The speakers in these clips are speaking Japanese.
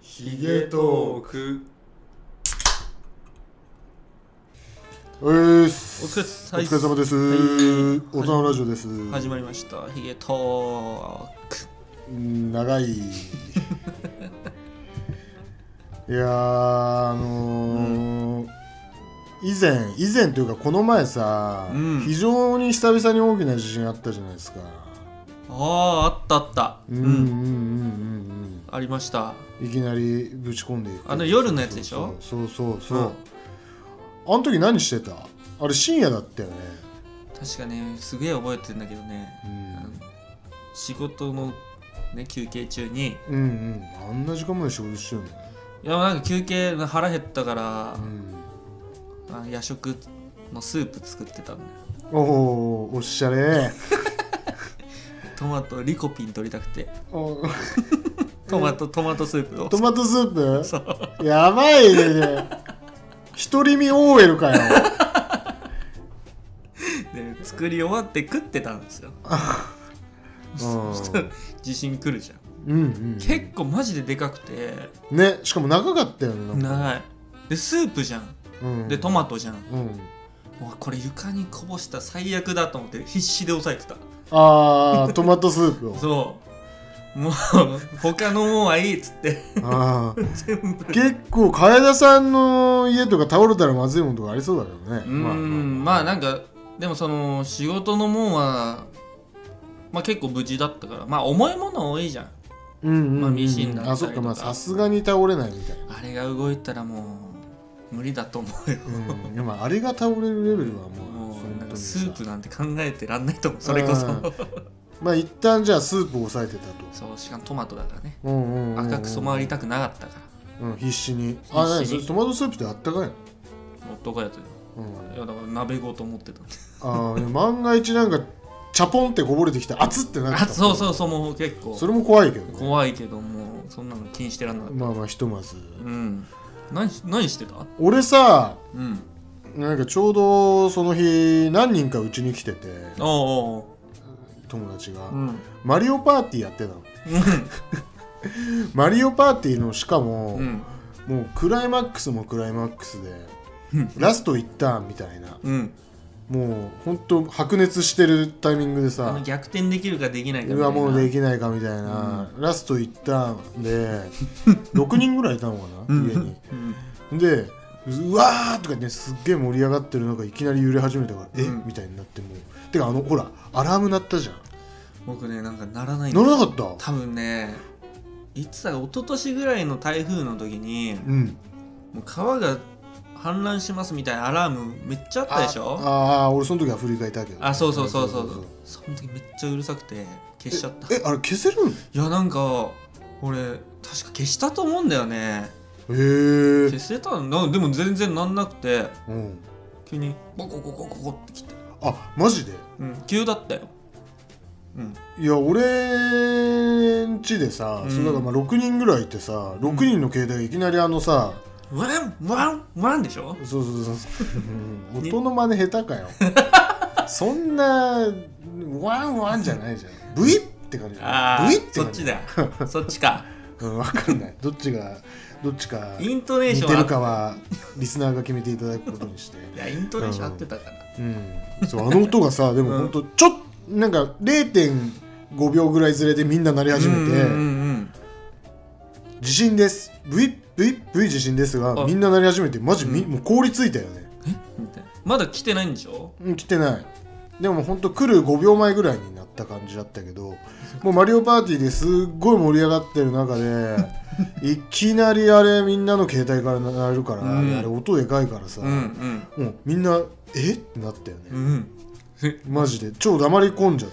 ヒゲトーク。 お疲れ様です。大人のラジオです。 始まりましたヒゲトーク。 長い。いや以前というかこの前さ、非常に久々に大きな地震あったじゃないですか。 あった。ありました。 いきなりぶち込んでいく。 夜のやつでしょ。 そう、あの時何してた？あれ深夜だったよね。 確かね、すげえ覚えてるんだけどね、仕事の、ね、休憩中にあんな時間まで仕事してるの？ いや、なんか休憩腹減ったから、夜食のスープ作ってたんだよ。 おしゃれ。 トマトリコピン取りたくてトマトスープを。 トマトスープ？ そうやばいね。独り身 OL かよ。 で作り終わって食ってたんですよ。そしたら地震来るじゃん。結構マジででかくてね、しかも長かったよね。 長いでスープじゃん、でトマトじゃん、もうこれ床にこぼした最悪だと思って必死で押さえてた。 トマトスープを。 そうもう他のもんはいいっつって全部。 結構楓田さんの家とか倒れたらまずいもんとかありそうだけどね。 まあなんかでもその仕事のもんはまあ結構無事だったから、まあ重いもの多いじゃん。まあミシンだったりとか。 そっか、まあさすがに倒れないみたいな。 あれが動いたらもう無理だと思うよ。 でもあれが倒れるレベルはもうなんかスープなんて考えてらんないと思う。それこそまあ一旦じゃあスープを抑えてたと。 そう、しかもトマトだからね。赤く染まりたくなかったから。 必死に。何それトマトスープってあったかいの？ あったかいやつよ。いやだから鍋ごと持ってた。 万が一なんかチャポンってこぼれてきた熱ってなった。 そうもう結構。 それも怖いけどね。 怖いけどもうそんなの気にしてらんなかった。 まあひとまず。 何してた？ 俺さ、なんかちょうどその日何人かうちに来てて、友達が、マリオパーティーやってたの。マリオパーティーのしかも、もうクライマックスもクライマックスでラスト1ターンみたいな、もうほんと白熱してるタイミングでさ、 逆転できるかできないかみたいな、 もうできないかみたいな、ラスト1ターンで6人ぐらいいたのかな、家に。でうわーとかね、すっげえ盛り上がってる中いきなり揺れ始めたからみたいになって、もうてかほらアラーム鳴ったじゃん。 僕ね、なんか鳴らないんだ。 鳴らなかった？ 多分ね、いつだか一昨年ぐらいの台風の時に、もう川が氾濫しますみたいなアラームめっちゃあったでしょ。 俺その時は振り返ったけど。 そうその時めっちゃうるさくて消しちゃった。 あれ消せるん？いや、なんか俺確か消したと思うんだよね。消せたの？でも全然なんなくて、急にボコココココってきて。 マジで？ 急だったよ。 いや、俺ん家でさ、それだからまあ6人ぐらいいてさ、6人の携帯がいきなりさ、 ワンでしょ。 そう音の真似下手かよ。そんなワンじゃないじゃん。ブイって感じ。ブイって感じ。 そっちだ。そっちか。 わかんない。どっちかイントネーション似てるかはリスナーが決めていただくことにして。 いや、イントネーション合ってたから。 そう、あの音がさ、でもほんとちょっとなんか 0.5 秒ぐらいずれでみんな鳴り始めて、地震です、ブイ地震ですがみんな鳴り始めて、マジもう凍りついたよね。 まだ来てないんでしょ？ 来てない。でもほんと来る5秒前ぐらいになった感じだったけど、もうマリオパーティーですっごい盛り上がってる中でいきなりあれみんなの携帯から鳴るから、あれ音でかいからさ、もうみんなってなったよね。マジで超黙り込んじゃって、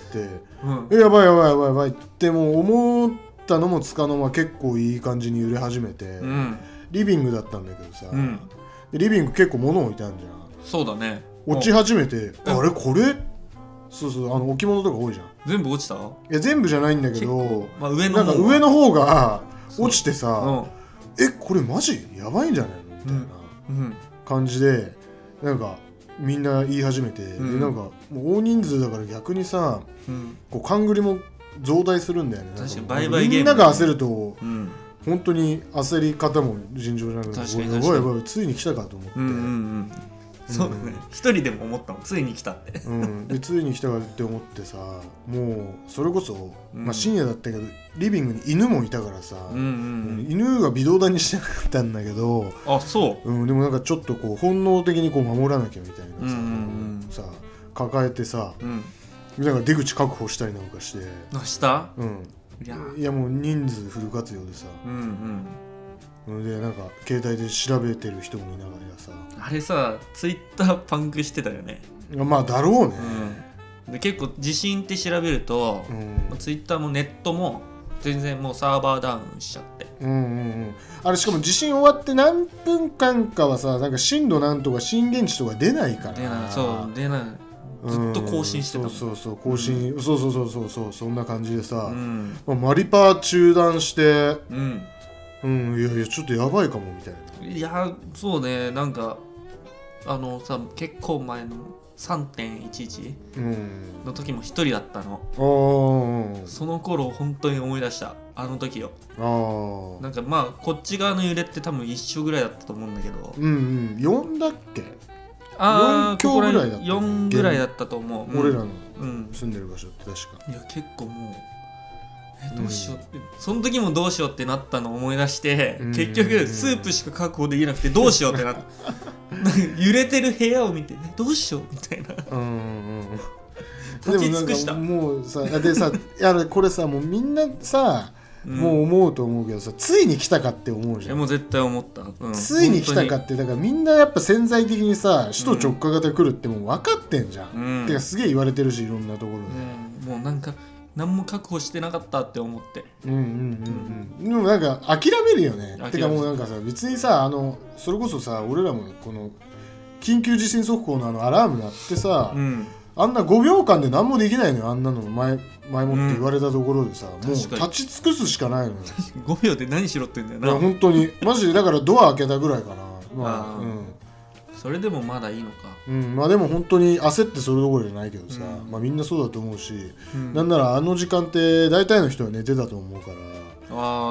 やばいってもう思ったのもつかの間結構いい感じに揺れ始めて、リビングだったんだけどさ、リビング結構物置いたんじゃん。 そうだね。 落ち始めて、あれこれ置物とか多いじゃん。 全部落ちた？いや全部じゃないんだけど、 なんか上の方が落ちてさ、これマジやばいんじゃないのみたいな感じでなんかみんな言い始めて、でなんかもう大人数だから逆にさ、こう勘繰りも増大するんだよね。 確かに売買ゲーム、 みんなが焦ると、 本当に焦り方も尋常じゃなくて、やばいやばいついに来たかと思って、 そうだね、一人でも思ったもん、ついに来たって、 でついに来たかって思ってさ、もうそれこそ、深夜だったけどリビングに犬もいたからさ、犬が微動だにしてなかったんだけど、 あ、そう、 でもなんかちょっとこう本能的にこう守らなきゃみたいなさ、抱えてさ、なんか出口確保したりなんかして、 したいやもう人数フル活用でさ、でなんか携帯で調べてる人もいながらさ、 あれさ、ツイッターパンクしてたよね。 まあだろうね、 で結構地震って調べると、ツイッターもネットも全然もうサーバーダウンしちゃって、 あれしかも地震終わって何分間かはさ、なんか震度なんとか震源地とか出ないから、 出ないずっと更新してたもん、 そう更新、そうそんな感じでさ、マリパー中断して、いやちょっとやばいかもみたいな。 いやそうね、なんかさ、結構前の 3.11 の時も一人だったの、その頃本当に思い出した、あの時よ。なんかまあこっち側の揺れって多分一緒ぐらいだったと思うんだけど、 4だっけ、 4強ぐらいだった、 ね、 4ぐらいだったと思う、 俺らの住んでる場所って確か、 いや結構もうどうしようって、その時もどうしようってなったのを思い出して、結局スープしか確保できなくてどうしようってなって揺れてる部屋を見て、どうしようみたいな、立ち尽くした。 もうさ、でさこれさ、もうみんなさ、もう思うと思うけどさ、ついに来たかって思うじゃん。 もう絶対思った、 ついに来たかって、だからみんなやっぱ潜在的にさ、首都直下型来るってもう分かってんじゃん、てかすげえ言われてるし、いろんなところで、もうなんか何も確保してなかったって思って、 でもなんか諦めるよね。てかもうなんかさ、別にさ、それこそさ、俺らもこの緊急地震速報のアラーム鳴ってさ、あんな5秒間で何もできないのよ、あんなの前もって言われたところでさ、もう立ち尽くすしかないのよ。 5秒で何しろってんだよな。 いや本当にマジで、だからドア開けたぐらいかな。 それでもまだいいのか。 まあでも本当に焦ってそれどころじゃないけどさ、まあみんなそうだと思うし、なんならあの時間って大体の人は寝てたと思うから、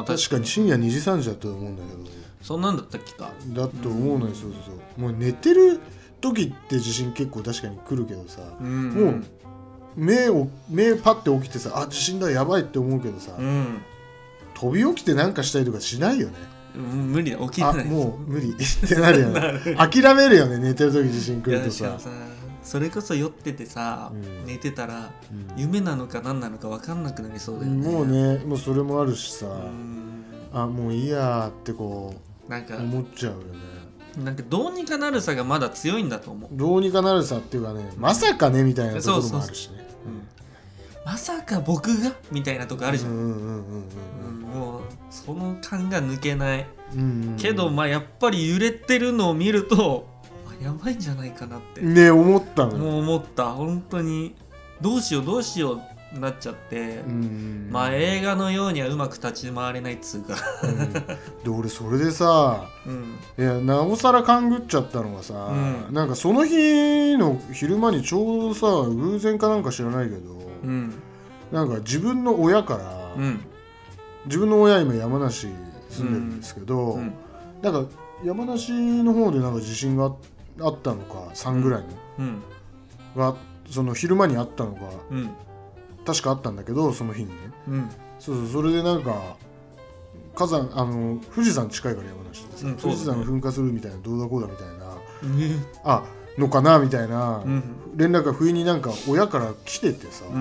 確かに深夜2時3時だと思うんだけど、 そんなんだったっけか。 だと思うのよ。そうもう寝てる時って地震結構確かに来るけどさ、もう目パッて起きてさ、あ地震だやばいって思うけどさ、飛び起きてなんかしたりとかしないよね。 無理だ、起きれない。 もう無理ってなるよね諦めるよね、寝てる時地震来るとさ。 それこそ酔っててさ、寝てたら、夢なのか何なのか分かんなくなりそうだよね。 もうね、もうそれもあるしさ、もういいやってこうなんか思っちゃうよね。 なんかどうにかなるさがまだ強いんだと思う。 どうにかなるさっていうかね、まさかねみたいなところもあるしね。 まさか僕がみたいなとこあるじゃん。もうその感が抜けない。けどまあやっぱり揺れてるのを見るとやばいんじゃないかなってね思ったの。 もう思った。本当にどうしようなっちゃって、まあ映画のようにはうまく立ち回れないっつうかで俺それでさ、いやなおさら勘ぐっちゃったのがさ、なんかその日の昼間にちょうどさ、偶然かなんか知らないけど、なんか自分の親から、自分の親今山梨住んでるんですけど、なんか山梨の方でなんか地震があったのか3ぐらいの、がその昼間にあったのか、確かあったんだけど、その日にね、それでなんか火山富士山近いから山梨でさ、富士山が噴火するみたいな、どうだこうだみたいな、のかなみたいな、連絡が不意になんか親から来ててさ、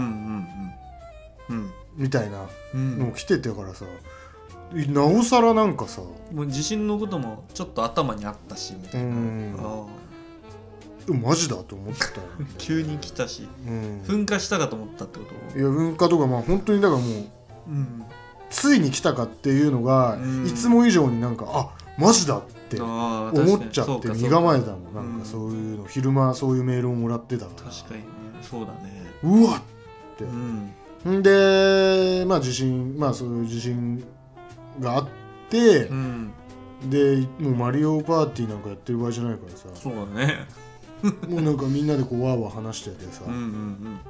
みたいなの来ててからさ、なおさらなんかさ、 もう地震のこともちょっと頭にあったしみたいな、 マジだと思ったよ、ね、 急に来たし、噴火したかと思ったってこと？ いや噴火とか、まあ本当にだからもう、ついに来たかっていうのが、いつも以上になんかマジだって思っちゃって身構えたもん。なんかそういうの、昼間そういうメールをもらってたから。 確かにね、そうだね。 うわって、んでまあ地震、まあそういう地震があって、でもうマリオパーティーなんかやってる場合じゃないからさ。 そうだねもうなんかみんなでこうワーワー話しててさ、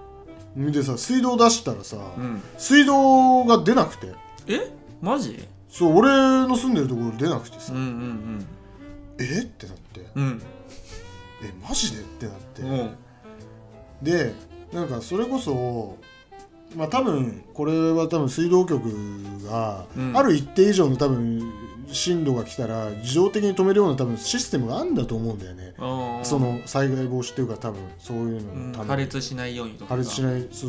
でさ水道出したらさ、水道が出なくて。 マジ？ そう俺の住んでるところ出なくてさ、ってなって、マジでってなって、でなんかそれこそまあ多分これは多分水道局がある一定以上の多分震度が来たら自動的に止めるような多分システムがあるんだと思うんだよね。その災害防止っていうか多分そういうののために破裂しないようにとか破裂しないそう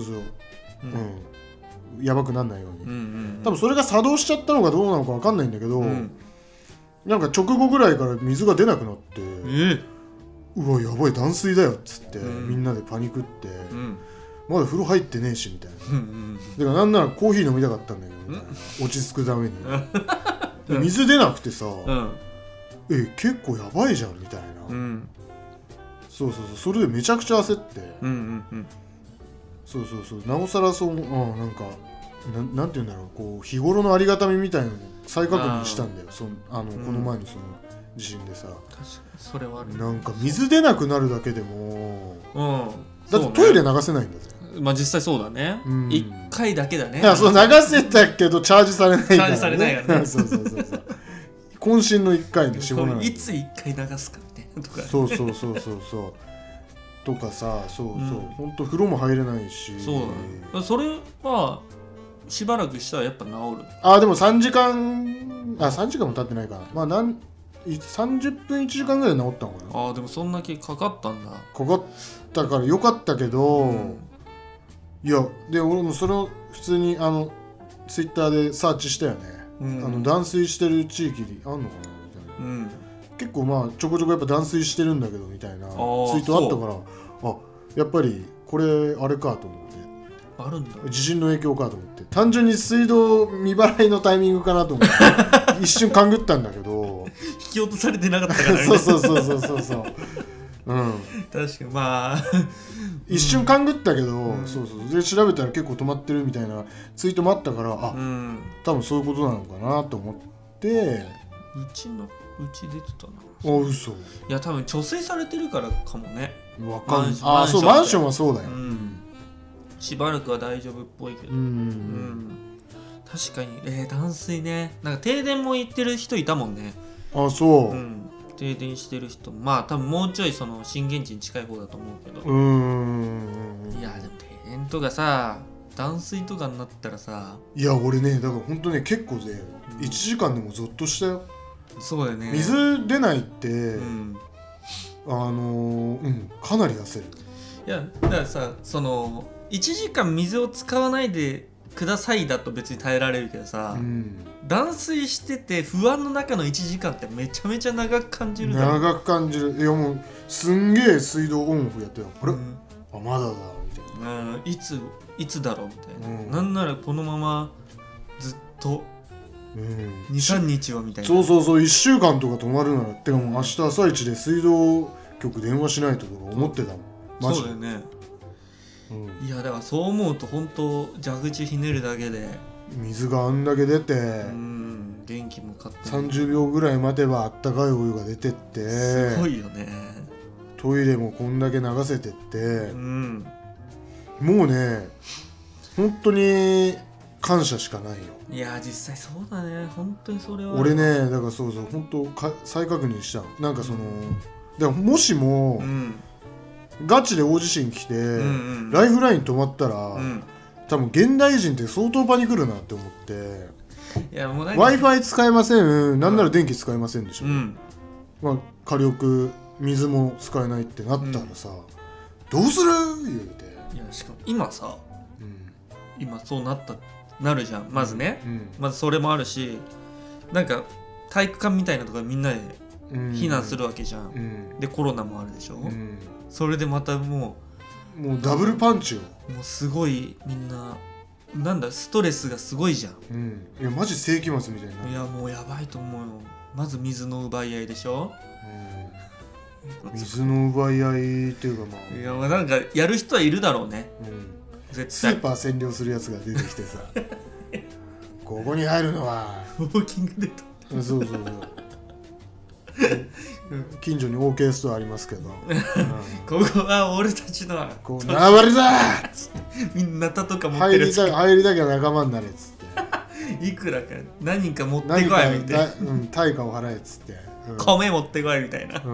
やばくならないように、多分それが作動しちゃったのかどうなのか分かんないんだけど、なんか直後ぐらいから水が出なくなって、うわやばい断水だよっつって、みんなでパニクって、まだ風呂入ってねえしみたいな、だからなんならコーヒー飲みたかったんだけどみたいな、落ち着くために水出なくてさ、結構やばいじゃんみたいな、そうそれでめちゃくちゃ焦って、そうなおさらそうなんかなんていうんだろう、こう日頃のありがたみみたいなのを再確認したんだよ、この前のその地震でさ。確かにそれはある。 なんか水出なくなるだけでも、だってトイレ流せないんだぜ。 まあ実際そうだね、1回だけだね。 そう流せたけどチャージされないからね。チャージされないからねそう渾身の1回で絞らない。 いつ1回流すかねとか、 そうとかさ、ほんと風呂も入れないし。 そうだね。それはしばらくしたらやっぱ治る。 でも3時間も経ってないかな。まあ30分1時間ぐらいで治ったのかな。 でもそんだけかかったんだ。 かかったからよかったけど、いやで俺もそれを普通にツイッターでサーチしたよね、断水してる地域にあんのかなみたいな、結構まあちょこちょこやっぱ断水してるんだけどみたいなツイートあったから、やっぱりこれあれかと思って、 あるんだ、 地震の影響かと思って、単純に水道未払いのタイミングかなと思って一瞬勘ぐったんだけど引き落とされてなかったからねそう確かにまあ一瞬勘ぐったけど、で調べたら結構止まってるみたいなツイートもあったから、多分そういうことなのかなと思って。 うち出てたな。 嘘。いや多分貯水されてるからかもね。 わかんない。マンションはそうだよ、 しばらくは大丈夫っぽいけど、確かに断水ね。なんか停電も言ってる人いたもんね。 そう、 停電してる人、まあ多分もうちょいその震源地に近い方だと思うけど、いやでも停電とかさ断水とかになったらさ、 いや俺ねだからほんとね結構で1時間でもゾッとしたよ。 そうだよね。 水出ないって、かなり焦る。 いやだからさ、その1時間水を使わないでくださいだと別に耐えられるけどさ、断水してて不安の中の1時間ってめちゃめちゃ長く感じる。 長く感じる。いやもうすんげえ水道オンオフやってよ。あれ、まだだみたいな、 いつだろうみたいな、なんならこのままずっと2、3日はみたいな。そう 1週間とか止まるならってかもう明日朝一で水道局電話しないととか思ってたもん。マジで。 そうだよね、いやだからそう思うと本当蛇口ひねるだけで水があんだけ出て、 電気も買って 30秒ぐらい待てばあったかいお湯が出てって、 すごいよね。 トイレもこんだけ流せてって、もうね本当に感謝しかないよ。 いや実際そうだね、本当にそれは俺ねだから本当再確認したの。なんかその、でももしも、ガチで大地震来て、ライフライン止まったら、多分現代人って相当パニクるなって思って、 いやもう Wi-Fi 使えません、なんなら電気使えませんでしょ、火力水も使えないってなったらさ、どうする言うて。 いやしかも今さ、今そうなるじゃん。まずね、まずそれもあるし、なんか体育館みたいなところみんなで避難するわけじゃん、でコロナもあるでしょ、それでまたもうダブルパンチよ。 もうすごいみんななんだストレスがすごいじゃん、 いやマジ世紀末みたいな。 いやもうやばいと思うよ。まず水の奪い合いでしょ、 水の奪い合いっていうかいやまあなんかやる人はいるだろうね、 絶対スーパー占領するやつが出てきてさここに入るのはウォーキングデッド。 そう近所に OK ストアありますけど、 ここは俺たちのこう縄張りだみんなナタとか持ってる入りだけは仲間になれっつっていくらか何か持ってこいみたいな、 対価を払えっつって、 米持ってこいみたいな、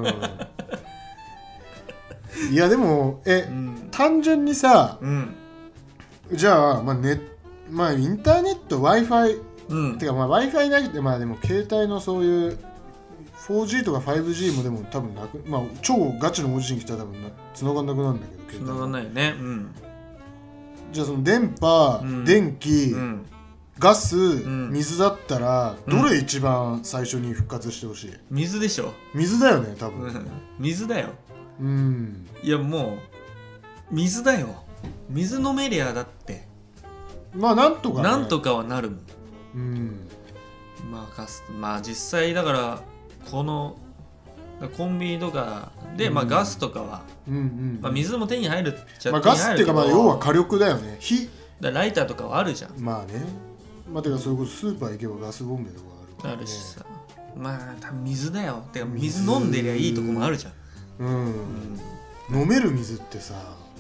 いやでも単純にさ、じゃあ、まあインターネット Wi-Fi、てかWi-Fi なくて、でも携帯のそういう4G とか 5G もでも多分なく、超ガチの大地震来たら多分繋がんなくなるんだけど、 繋がんないよね。 じゃあその電波、電気、ガス、水だったらどれ一番最初に復活してほしい？ 水でしょ。 水だよね多分。 水だよ。いやもう水だよ。水飲めりゃだってなんとかね、 なんとかはなるもん。ガス、実際だからこのコンビニとかで、ガスとかは、水も手に入るっちゃ手に入るけど、 ガスっていうか要は火力だよね。 ライターとかはあるじゃん。 てかそれこそスーパー行けばガスボンベとかあるしさ、多分水だよ。てか水飲んでりゃいいとこもあるじゃん。 飲める水ってさ、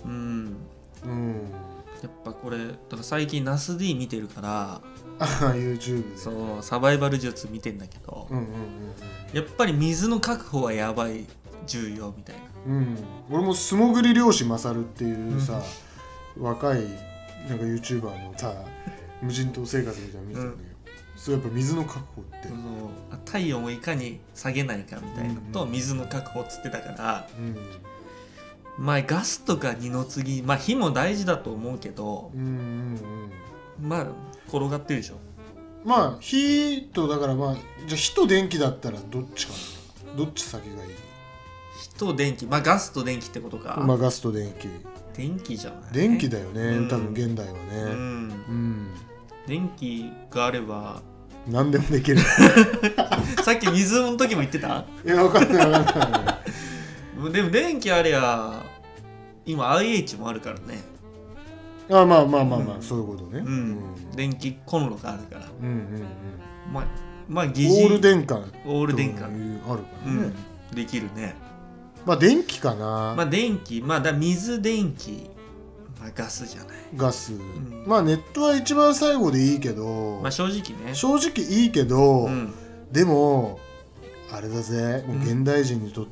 やっぱこれだから最近ナス D 見てるから YouTube でそうサバイバル術見てんだけど、やっぱり水の確保はやばい重要みたいな。 俺も素潜り漁師マサルっていうさ、若いなんか YouTuber のさ無人島生活みたいなの見てたんだけど、そうやっぱ水の確保って体温をいかに下げないかみたいなのと、水の確保っつってたから、ガスとか二の次、火も大事だと思うけど、転がってるでしょ。 火とだからじゃあ火と電気だったらどっちかな、どっち先がいい？ 火と電気、ガスと電気ってことか。 ガスと電気。 電気じゃない？ 電気だよね、多分現代はね。 電気があれば何でもできる。 さっき水の時も言ってた？ いや分かんないでも電気ありゃ今 IH もあるからね。 そういうことね。 電気コンロがあるから。 疑似オール電化あるからね。できるね。 電気かな。 電気、水電気、ガスじゃない。 ガス。ネットは一番最後でいいけど。 正直ね。 正直いいけど、でもあれだぜ、もう現代人にとって、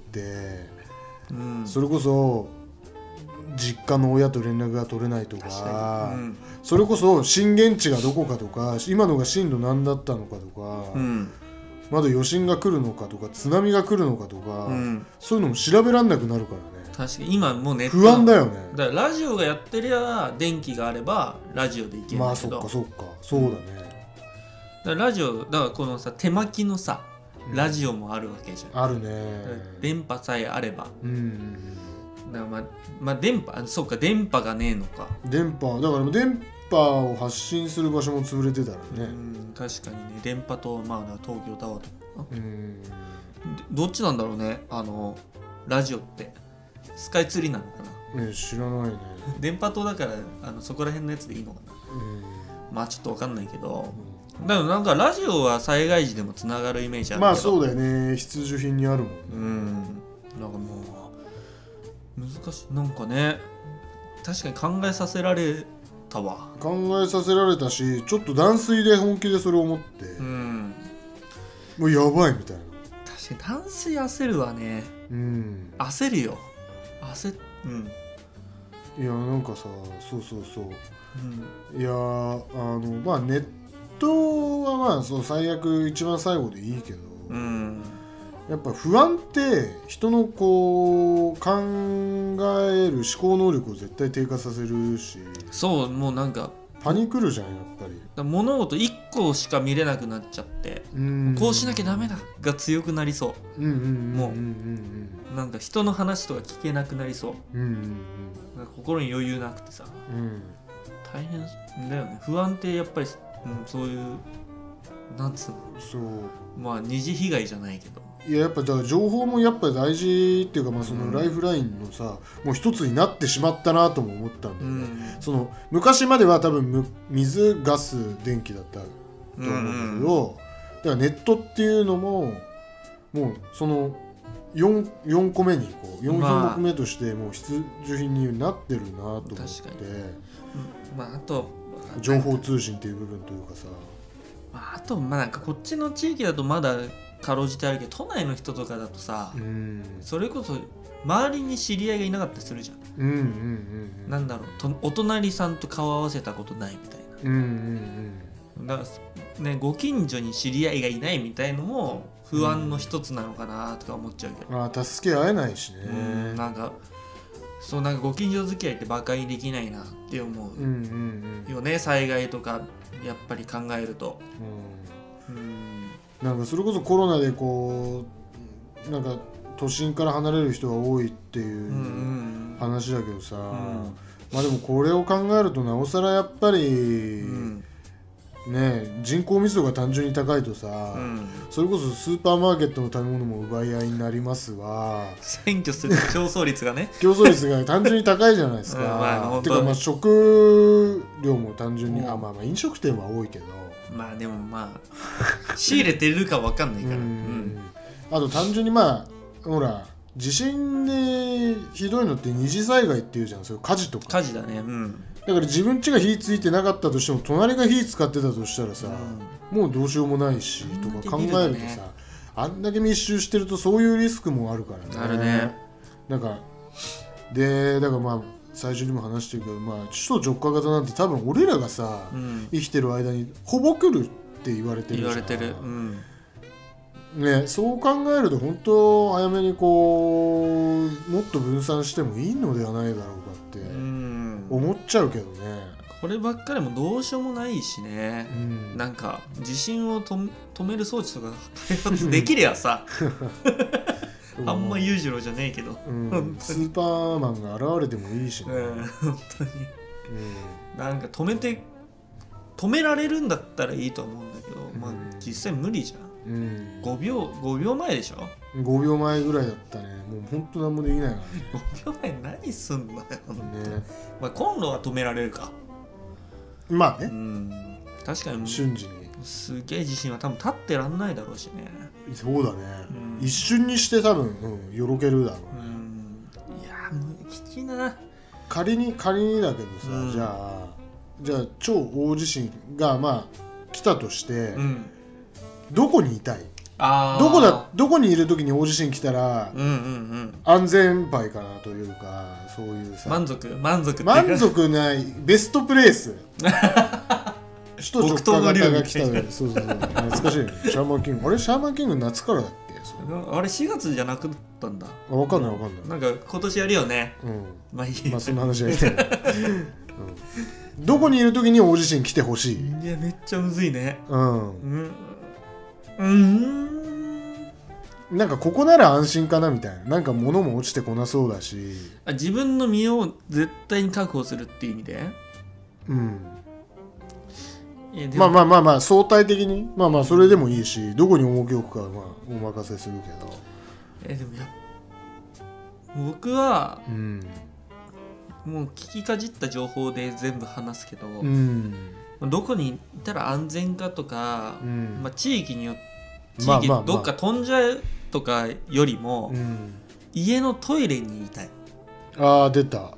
それこそ実家の親と連絡が取れないとか、それこそ震源地がどこかとか、今のが震度何だったのかとか、まだ余震が来るのかとか津波が来るのかとか、そういうのも調べらんなくなるからね。 確かに今もうネット不安だよね。 だからラジオがやってりゃ電気があればラジオでいけるんだけど、 そうだね。 だからラジオだからこのさ手巻きのさラジオもあるわけじゃん。 あるね。 電波さえあれば。だから電波、そうか、電波がねえのか。 電波だから電波を発信する場所も潰れてたらね。 確かにね。電波と東京タワーとか。どっちなんだろうね。ラジオってスカイツリーなのかな。知らないね。 電波塔だからそこら辺のやつでいいのかな。ちょっと分かんないけど。だからなんかラジオは災害時でもつながるイメージあるけど。 そうだよね。必需品にあるもんね。 なんかもう難しい。なんかね、確かに考えさせられたわ。 考えさせられたし、ちょっと断水で本気でそれを思って、もうやばいみたいな。 確かに断水焦るわね。焦るよ。 いやなんかさ、そう、いやネットはそう最悪一番最後でいいけど、やっぱ不安って人のこう考える思考能力を絶対低下させるし、 そうもうなんかパニクるじゃんやっぱり。 物事1個しか見れなくなっちゃって、こうしなきゃダメだが強くなりそう。もうなんか人の話とか聞けなくなりそう。なんか心に余裕なくてさ、大変だよね。不安ってやっぱり、そういうなんつうの、そう二次被害じゃないけど。 いややっぱだから情報もやっぱ大事っていうか、そのライフラインのさ、もう一つになってしまったなとも思ったんだよね。その昔までは多分水ガス電気だったと思うんだけど、だからネットっていうのももうその4個目にこう4品目としてもう必需品になってるなと思って、 確かに。あと情報通信っていう部分というかさ、 あとまあなんかこっちの地域だとまだかろうじてあるけど、都内の人とかだとさ、それこそ周りに知り合いがいなかったりするじゃん。なんだろう、お隣さんと顔合わせたことないみたいな。だからね、ご近所に知り合いがいないみたいのも不安の一つなのかなとか思っちゃうけど、 助け合えないしね。 なんかそう、なんかご近所付き合いって馬鹿にできないなって思うよね、災害とかやっぱり考えると。 なんかそれこそコロナでこうなんか都心から離れる人が多いっていう話だけどさ、まあでもこれを考えるとなおさらやっぱり、ね、人口密度が単純に高いとさ、それこそスーパーマーケットの食べ物も奪い合いになりますわ。 占拠する競争率がね競争率が単純に高いじゃないですか。てかまあ食料も単純に、まあ飲食店は多いけど、 まあでもまあ仕入れてるか分かんないからあと単純にまあほら地震でひどいのって二次災害っていうじゃん。それ火事とか。 火事だね。 だから自分家が火ついてなかったとしても隣が火使ってたとしたらさ、もうどうしようもないしとか考えるとさ、あんだけ密集してるとそういうリスクもあるからね。 あるね。 なんかでだからまあ最初にも話してるけど、まあ首都直下型なんて多分俺らがさ、生きてる間にほぼ来るって言われてるじゃん。 言われてる。 ね、そう考えると本当早めにこうもっと分散してもいいのではないだろうかって思っちゃうけどね。 こればっかりもどうしようもないしね。なんか地震を止める装置とかできりゃさあんま裕次郎じゃねえけど、 スーパーマンが現れてもいいしね。 本当に、なんか止められるんだったらいいと思うんだけど、まあ実際無理じゃん。5秒前でしょ。 5秒前ぐらいだったね。もうほんと何もできないからね。 5秒前何すんのよ、ね。まあコンロは止められるか。 まあね。 確かに瞬時に。 すげえ地震は多分立ってらんないだろうしね。 そうだね。一瞬にして多分、よろけるだろうね。 いやきついな。 仮にだけどさ、じゃあ超大地震がまあ来たとして、どこにいたい？どこにいる時に大地震来たら安全牌かなというか、そういうさ満足ないベストプレイス首都直下型が来た上でそう懐かしいね。シャーマンキング、あれシャーマンキング夏からだっけ？ あれ4月じゃなくなったんだ。 分かんないなんか今年やるよね。まあいい。 まあそんな話はいいどこにいる時に大地震来てほしい。 いやめっちゃむずいね。 なんかここなら安心かなみたいな。なんか物も落ちてこなそうだし、 自分の身を絶対に確保するっていう意味で、 まあ相対的にまあそれでもいいし、どこに重きを置くかはまあお任せするけど、 でも僕は、もう聞きかじった情報で全部話すけど、どこにいたら安全かとか、地域によってどっか飛んじゃうとかよりも、家のトイレにいたい。 出た。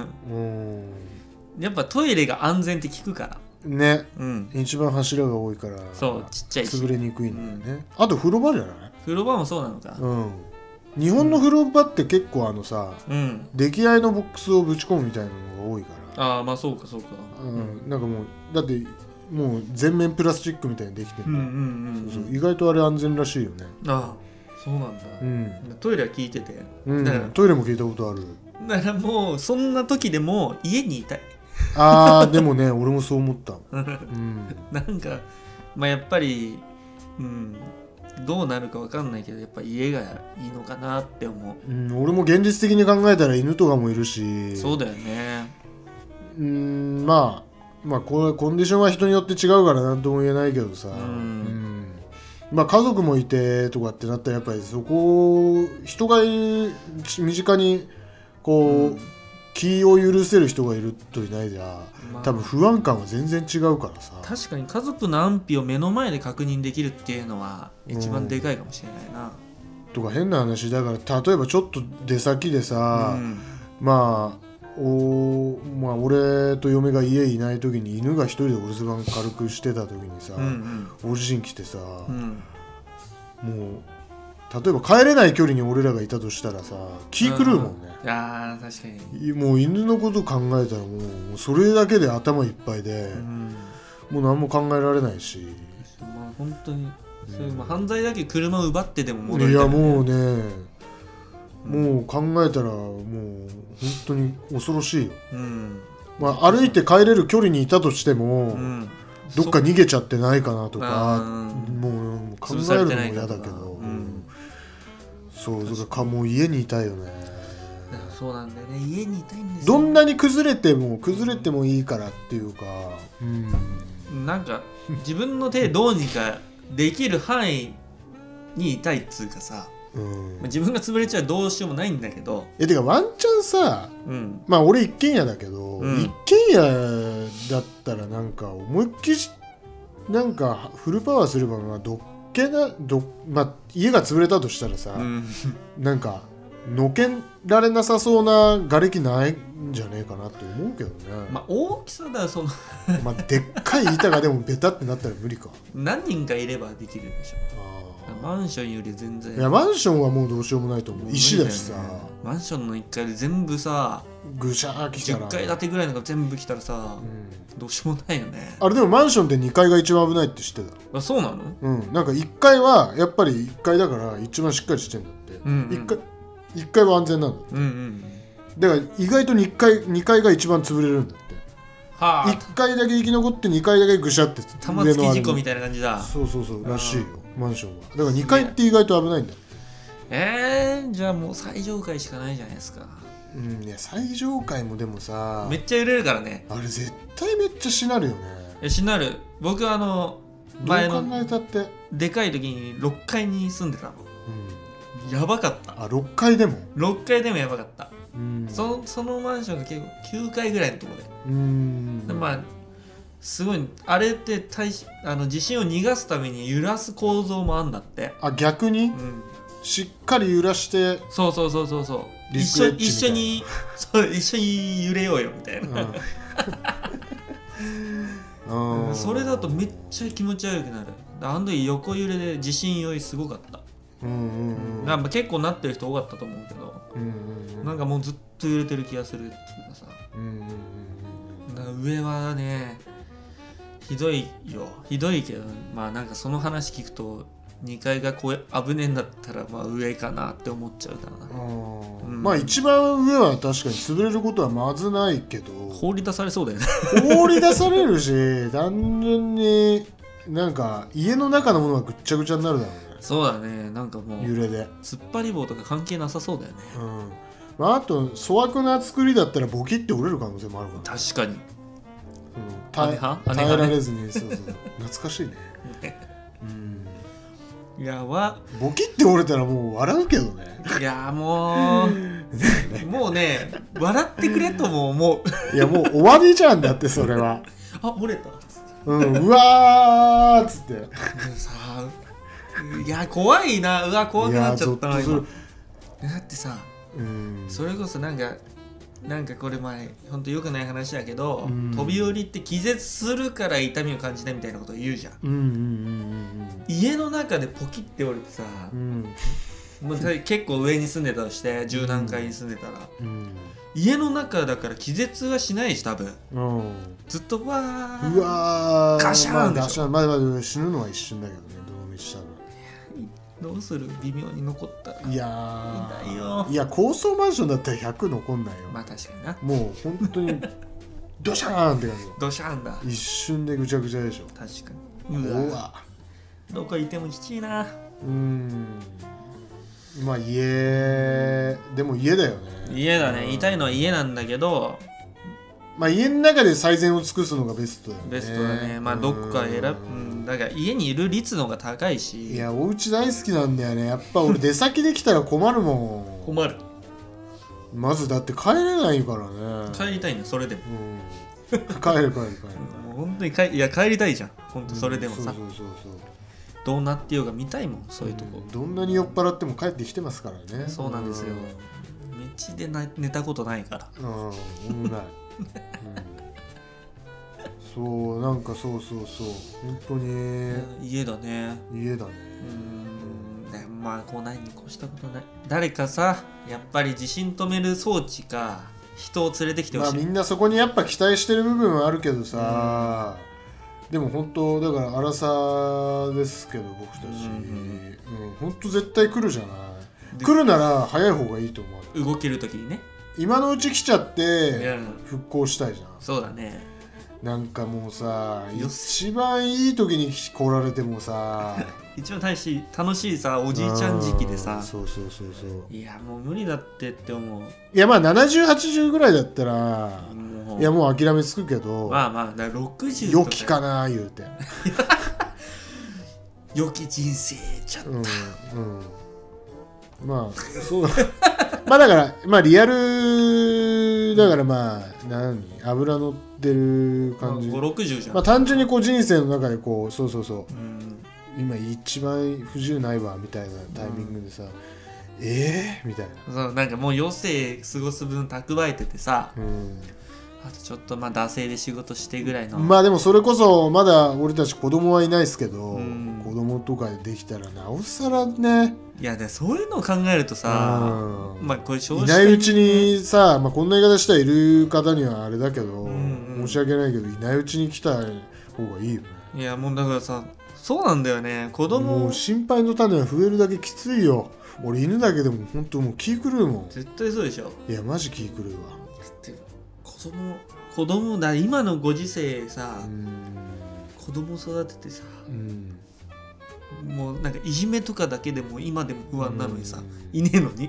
やっぱトイレが安全って聞くからね、一番柱が多いから、 そうちっちゃいし潰れにくいんだよね。あと風呂場じゃない？ 風呂場もそうなのか。 日本の風呂場って結構出来合いのボックスをぶち込むみたいなのが多いから。 まあそうか。 なんかもうだってもう全面プラスチックみたいにできてる。意外とあれ安全らしいよね。 そうなんだ。トイレは聞いてて、 トイレも聞いたことある。 だからもうそんな時でも家にいたい。 でもね俺もそう思った。 なんかまあやっぱりどうなるか分かんないけど、やっぱ家がいいのかなって思う。 俺も現実的に考えたら犬とかもいるし。 そうだよね。 まあこれコンディションは人によって違うから何とも言えないけどさ、まあ家族もいてとかってなったらやっぱりそこ人が身近にこう、気を許せる人がいるといないじゃ、多分不安感は全然違うからさ。 確かに家族の安否を目の前で確認できるっていうのは一番でかいかもしれないな。 とか変な話だから、例えばちょっと出先でさ、まあまあ、俺と嫁が家いない時に犬が一人でお留守番軽くしてた時にさ、大地震来てさ、もう例えば帰れない距離に俺らがいたとしたらさ気狂うもんね。 いや確かにもう犬のこと考えたらもうそれだけで頭いっぱいで、もう何も考えられないし、 まあ本当にそういう、犯罪だけ車を奪ってでも戻りたい、 ね、いやもうね、もう考えたらもう本当に恐ろしいよ、まあ、歩いて帰れる距離にいたとしても、どっか逃げちゃってないかなとか、もう考えるのも嫌だけど、そうそれかもう家にいたいよね。 そうなんだよね、家にいたいんですよ。どんなに崩れてもいいからっていうか、 なんか自分の手どうにかできる範囲にいたいっつうかさ、自分が潰れちゃどうしようもないんだけど、 てかワンチャンさ、まあ俺一軒家だけど、一軒家だったらなんか思いっきりなんかフルパワーすればまあまあ家が潰れたとしたらさ、なんかのけられなさそうな瓦礫ないんじゃねえかなって思うけどね。 まあ大きさだそのまあでっかい板がでもベタってなったら無理か。 何人かいればできるでしょ。マンションより全然。 いやマンションはもうどうしようもないと思う。石だしさ、 マンションの1階で全部さぐしゃーきたら 10階建てぐらいのが全部来たらさ、どうしようもないよね。 あれでもマンションって2階が一番危ないって知ってた？ あ、そうなの？ なんか1階はやっぱり1階だから一番しっかりしてんだって、1階は安全なんだって、だから意外と2階が一番潰れるんだって。1階だけ生き残って2階だけぐしゃって玉突き事故みたいな感じだ。 そうらしいよマンションは。だから2階って意外と危ないんだ。 じゃあもう最上階しかないじゃないですか。 いや最上階もでもさめっちゃ揺れるからね。あれ絶対めっちゃしなるよね。 しなる。僕前のどう考えたってでかい時に6階に住んでたの、やばかった。 6階でも 6階でもやばかった。そのマンションが結構9階ぐらいのところで、まあすごいあれって地震を逃がすために揺らす構造もあんだって。 逆に、しっかり揺らしてそう一緒に揺れようよみたいな、それだとめっちゃ気持ち悪くなる。あの時横揺れで地震酔いすごかった。なんか結構なってる人多かったと思うけど、なんかもうずっと揺れてる気がするっていうかさ、なんか上はねひどいけど、まあなんかその話聞くと2階が危ねえんだったらまあ上かなって思っちゃうだろうな。 まあ一番上は確かに潰れることはまずないけど放り出されそうだよね放り出されるし単純になんか家の中のものがぐっちゃぐちゃになるだろうね。 そうだね、なんかもう揺れで突っ張り棒とか関係なさそうだよね。 あと粗悪な作りだったらボキって折れる可能性もあるから、 確かに、 耐えられずに懐かしいねいやボキって折れたらもう笑うけどね。 いやもうもうね笑ってくれとも思ういやもう終わりじゃんだってそれは折れたうわーっつってさいや怖いな。怖くなっちゃったな今。だってさ、それこそなんかこれ前ほんと良くない話だけど、飛び降りって気絶するから痛みを感じたみたいなことを言うじゃん。家の中でポキって降りてさ、もう結構上に住んでたとして10何階に住んでたら、家の中だから気絶はしないし多分、ずっとわーガシャンでしょ。 まあ死ぬのは一瞬だけどね、どうしたらどうする？微妙に残ったら。 いや痛いよ。 いや高層マンションだったら100残んないよ。 まあ確かにな。 もう本当にドシャーンって感じ。 ドシャーンだ。 一瞬でぐちゃぐちゃでしょ。 確かに。うわ。どこいてもきちいな。 まあでも家だよね。 家だね。痛いのは家なんだけど、 まあ家の中で最善を尽くすのがベストだよね。 ベストだね。まあどっか選ぶ。だから家にいる率の方が高いし。 いやお家大好きなんだよね。やっぱ俺出先できたら困るもん。 困る。 まずだって帰れないからね。 帰りたいんだそれでも。 帰る。もう本当に帰りたいじゃん。本当それでもさ。どうなってようが見たいもんそういうとこ。 どんなに酔っ払っても帰ってきてますからね。 そうなんですよ。めちで寝たことないから。 うん、ない、そうなんかそう本当に家だね。 ね。 まあ来ないに越したことない。誰かさ、やっぱり地震止める装置か人を連れてきてほしい。 まあみんなそこにやっぱ期待してる部分はあるけどさ、でも本当だから荒さですけど僕たち、本当絶対来るじゃない。来るなら早い方がいいと思う。 動ける時にね。 今のうち来ちゃって復興したいじゃん。 そうだね。 なんかもうさ、一番いい時に来られてもさ一番楽しいさ、おじいちゃん時期でさ、 そういやもう無理だって思う。 いやまあ70、80ぐらいだったらいやもう諦めつくけど、 まあだ60とか良きかな言うて良き人生ちゃった、 まあそうまあだからまあリアルだからまあ油乗ってる感じ、 5、60じゃん。 まあ単純にこう人生の中でこうそう今一番不自由ないわみたいなタイミングでさ、みたいな。 そうなんかもう余生過ごす分蓄えててさ、あとちょっとまあ惰性で仕事してぐらいの。 まあでもそれこそまだ俺たち子供はいないですけど、子供とかできたらなおさらね。 いやでそういうのを考えるとさ、まあこれいないうちにさ、まあ、こんな言い方したらいる方にはあれだけど、申し訳ないけどいないうちに来た方がいいよね。 いやもうだからさ、そうなんだよね。子供もう心配の種は増えるだけきついよ。俺犬だけでも本当もう気狂うもん。 絶対そうでしょ。 いやマジ気狂うわ。 だって子供だ、今のご時世さ、子供育ててさ、もうなんかいじめとかだけでも今でも不安なのにさ、いねえのに、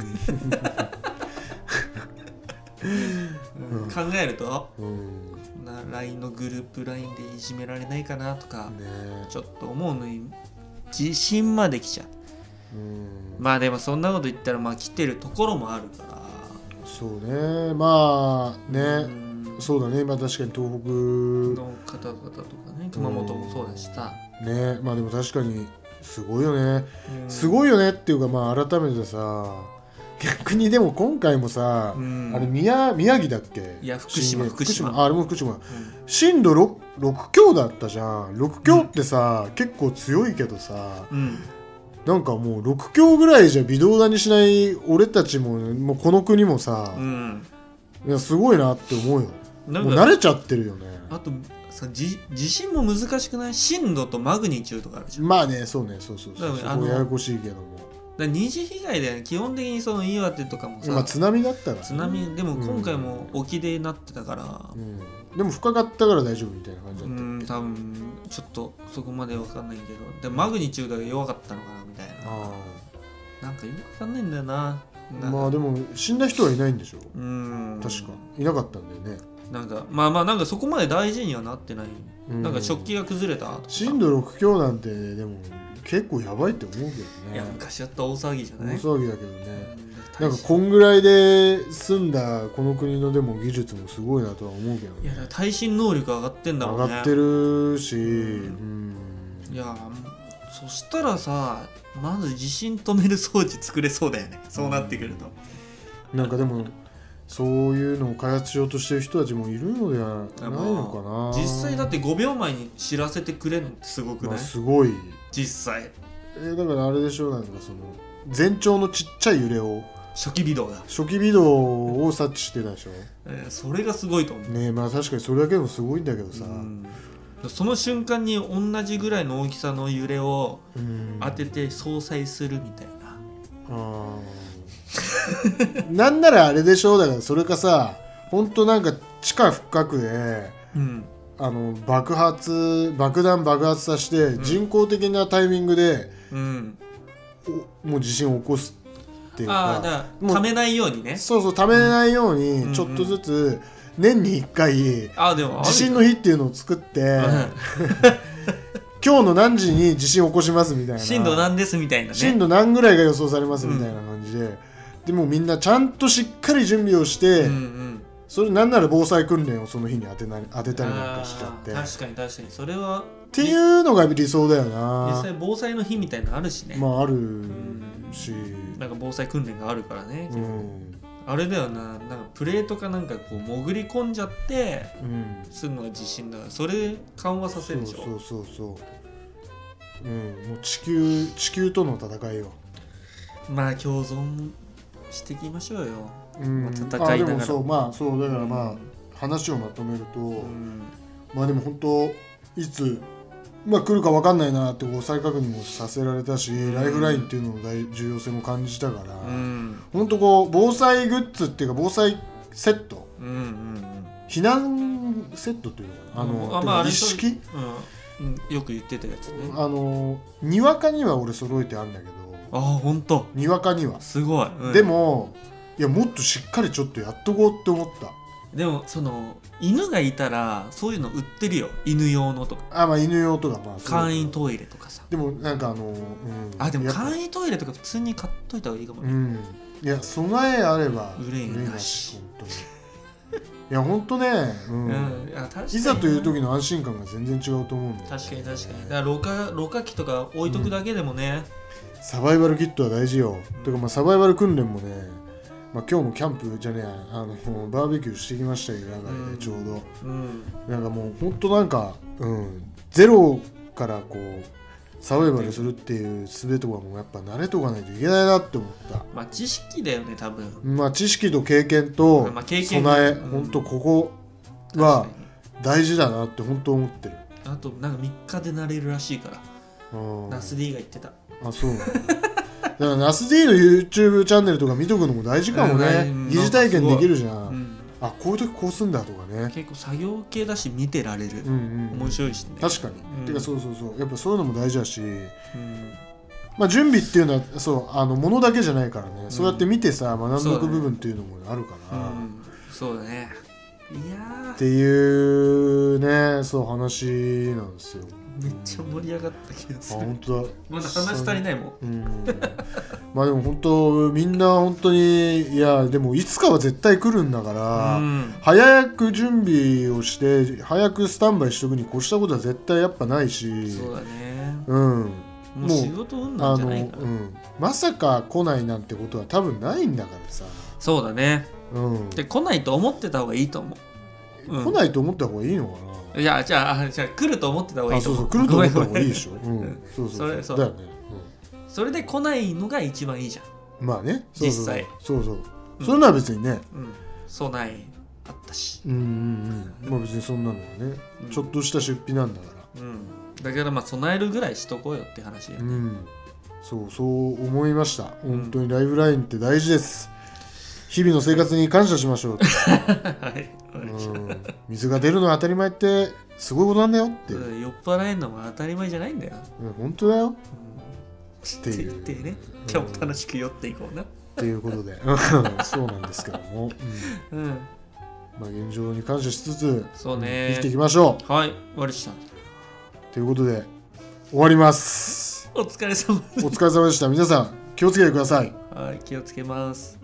考えると、LINE のグループ LINE でいじめられないかなとか、ちょっと思うのに自信まできちゃう。まあでもそんなこと言ったらまあ来てるところもあるから。 そうね、まあね、そうだね。まあ確かに東北の方々とかね、熊本もそうだしさね。まあでも確かにすごいよね、すごいよねっていうか、まあ改めてさ、逆にでも今回もさ、あれ宮城だっけ。 いや福島あれも福島、震度 6強だったじゃん。6強ってさ、結構強いけどさ、なんかもう6強ぐらいじゃ微動だにしない俺たちも、もうこの国もさ、いやすごいなって思うよ。もう慣れちゃってるよね。 あとさ、地震も難しくない？震度とマグニチュードがあるじゃん。 まあね、そうね、そうそこややこしいけども。 二次被害で基本的にその岩手とかもさ、 津波だったら、 津波でも今回も沖でなってたから、 でも深かったから大丈夫みたいな感じだった。 多分ちょっとそこまで分かんないけど、でマグニチュードが弱かったのかなみたいな。なんかよく分かんないんだよな。 まあでも死んだ人はいないんでしょ。確かいなかったんだよね。 なんかまあなんかそこまで大事にはなってない。なんか食器が崩れたとか。 震度6強なんてでも結構やばいって思うけどね。 いや昔やった大騒ぎじゃない？ 大騒ぎだけどね。なんかこんぐらいで済んだこの国のでも技術もすごいなとは思うけどね。 いや耐震能力上がってんだろうね。 上がってるし、 いやそしたらさ、まず地震止める装置作れそうだよね。そうなってくると、 なんかでもそういうのを開発しようとしてる人たちもいるのではないのかな。 実際だって5秒前に知らせてくれるのってすごくない？ すごい実際。 だからあれでしょ、なんかその前兆のちっちゃい揺れを、 初期微動を察知してたでしょ。 それがすごいと思うね。 まあ確かにそれだけでもすごいんだけどさ、 その瞬間に同じぐらいの大きさの揺れを当てて相殺するみたいな。 なんならあれでしょ、だからそれかさ、ほんとなんか地下深くで、爆弾爆発させて、人工的なタイミングで、もう地震を起こすっていうか、 だからためないようにね。 そうためないようにちょっとずつ年に1回地震の日っていうのを作って今日の何時に地震を起こしますみたいな、 震度何ですみたいなね、 震度何ぐらいが予想されますみたいな感じで、でもみんなちゃんとしっかり準備をして、それなんなら防災訓練をその日に当てたりなんかしちゃって。 確かにそれはっていうのが理想だよな。 実際防災の日みたいなのあるしね。 まああるし、 なんか防災訓練があるからね。 あれだよな、なんかプレートかなんかこう潜り込んじゃってするのが地震だから、それ緩和させるでしょ。 そうもう地球との戦いよ。 まあ共存していきましょうよ、 戦いながら。でもそうだから話をまとめると、まあでも本当いつ来るか分かんないなって再確認もさせられたし、ライフラインっていうのの重要性も感じたから、本当こう防災グッズっていうか防災セット、避難セットっていうのかな、一式、 よく言ってたやつね。 にわかには俺揃えてあるんだけど、 本当にわかにはすごい、 でもいやもっとしっかりちょっとやっとこうって思った。 でもその犬がいたらそういうの売ってるよ、犬用のとか。 犬用とか簡易トイレとかさ。 でもなんかでも簡易トイレとか普通に買っといた方がいいかもね。 いや備えあれば憂いなし、 本当に。いや本当ね、いざという時の安心感が全然違うと思うんだよね。 確かにだからろ過器とか置いとくだけでもね、 サバイバルキットは大事よ。とかサバイバル訓練もね、今日もキャンプじゃねえバーベキューしてきましたよ、野外でちょうど、なんかもうほんとなんか、ゼロからこうサバイバルするっていう術とかもやっぱ慣れとかないといけないなって思った。 知識だよね多分。 知識と経験と備え、ほんとここは大事だなって本当思ってる。 あとなんか3日で慣れるらしいから、ナス D が言ってた。 そうなの。だからナス D の YouTube チャンネルとか見とくのも大事かもね。疑似体験できるじゃん。こういう時こうすんだとかね。 結構作業系だし見てられる、面白いしね。 確かに、てかそうやっぱそういうのも大事だし、準備っていうのは物だけじゃないからね、そうやって見てさ学んでおく部分っていうのもあるから、 そうだね。いやっていうね、話なんですよ。 めっちゃ盛り上がった気がする。 本当だ。 まだ話足りないもん。 でも本当みんな本当に、いやでもいつかは絶対来るんだから、早く準備をして早くスタンバイしとくに越したことは絶対やっぱないし。 そうだね。 もう仕事運なんじゃないかな。 まさか来ないなんてことは多分ないんだからさ。 そうだね。で来ないと思ってた方がいいと思う。 来ないと思った方がいいのかな。 いやじゃあ来ると思ってた方がいいと思う。 来ると思った方がいいでしょ。そうだよね。 それで来ないのが一番いいじゃん。 まあね、 実際そういうのは別にね、 備えあったし、 まあ別にそんなのはね、ちょっとした出費なんだから、 だから備えるぐらいしとこうよって話やね。 そう思いました。本当にライフラインって大事です。日々の生活に感謝しましょう。水が出るのは当たり前ってすごいことなんだよって。 酔っ払えるのも当たり前じゃないんだよ。 本当だよ。 って言ってね、今日も楽しく酔っていこうな。 っていうことで、そうなんですけども、現状に感謝しつつ生きていきましょう。 はい、終わりした。 ということで終わります。 お疲れ様です。 お疲れ様でした。皆さん気をつけてください。 はい、気をつけます。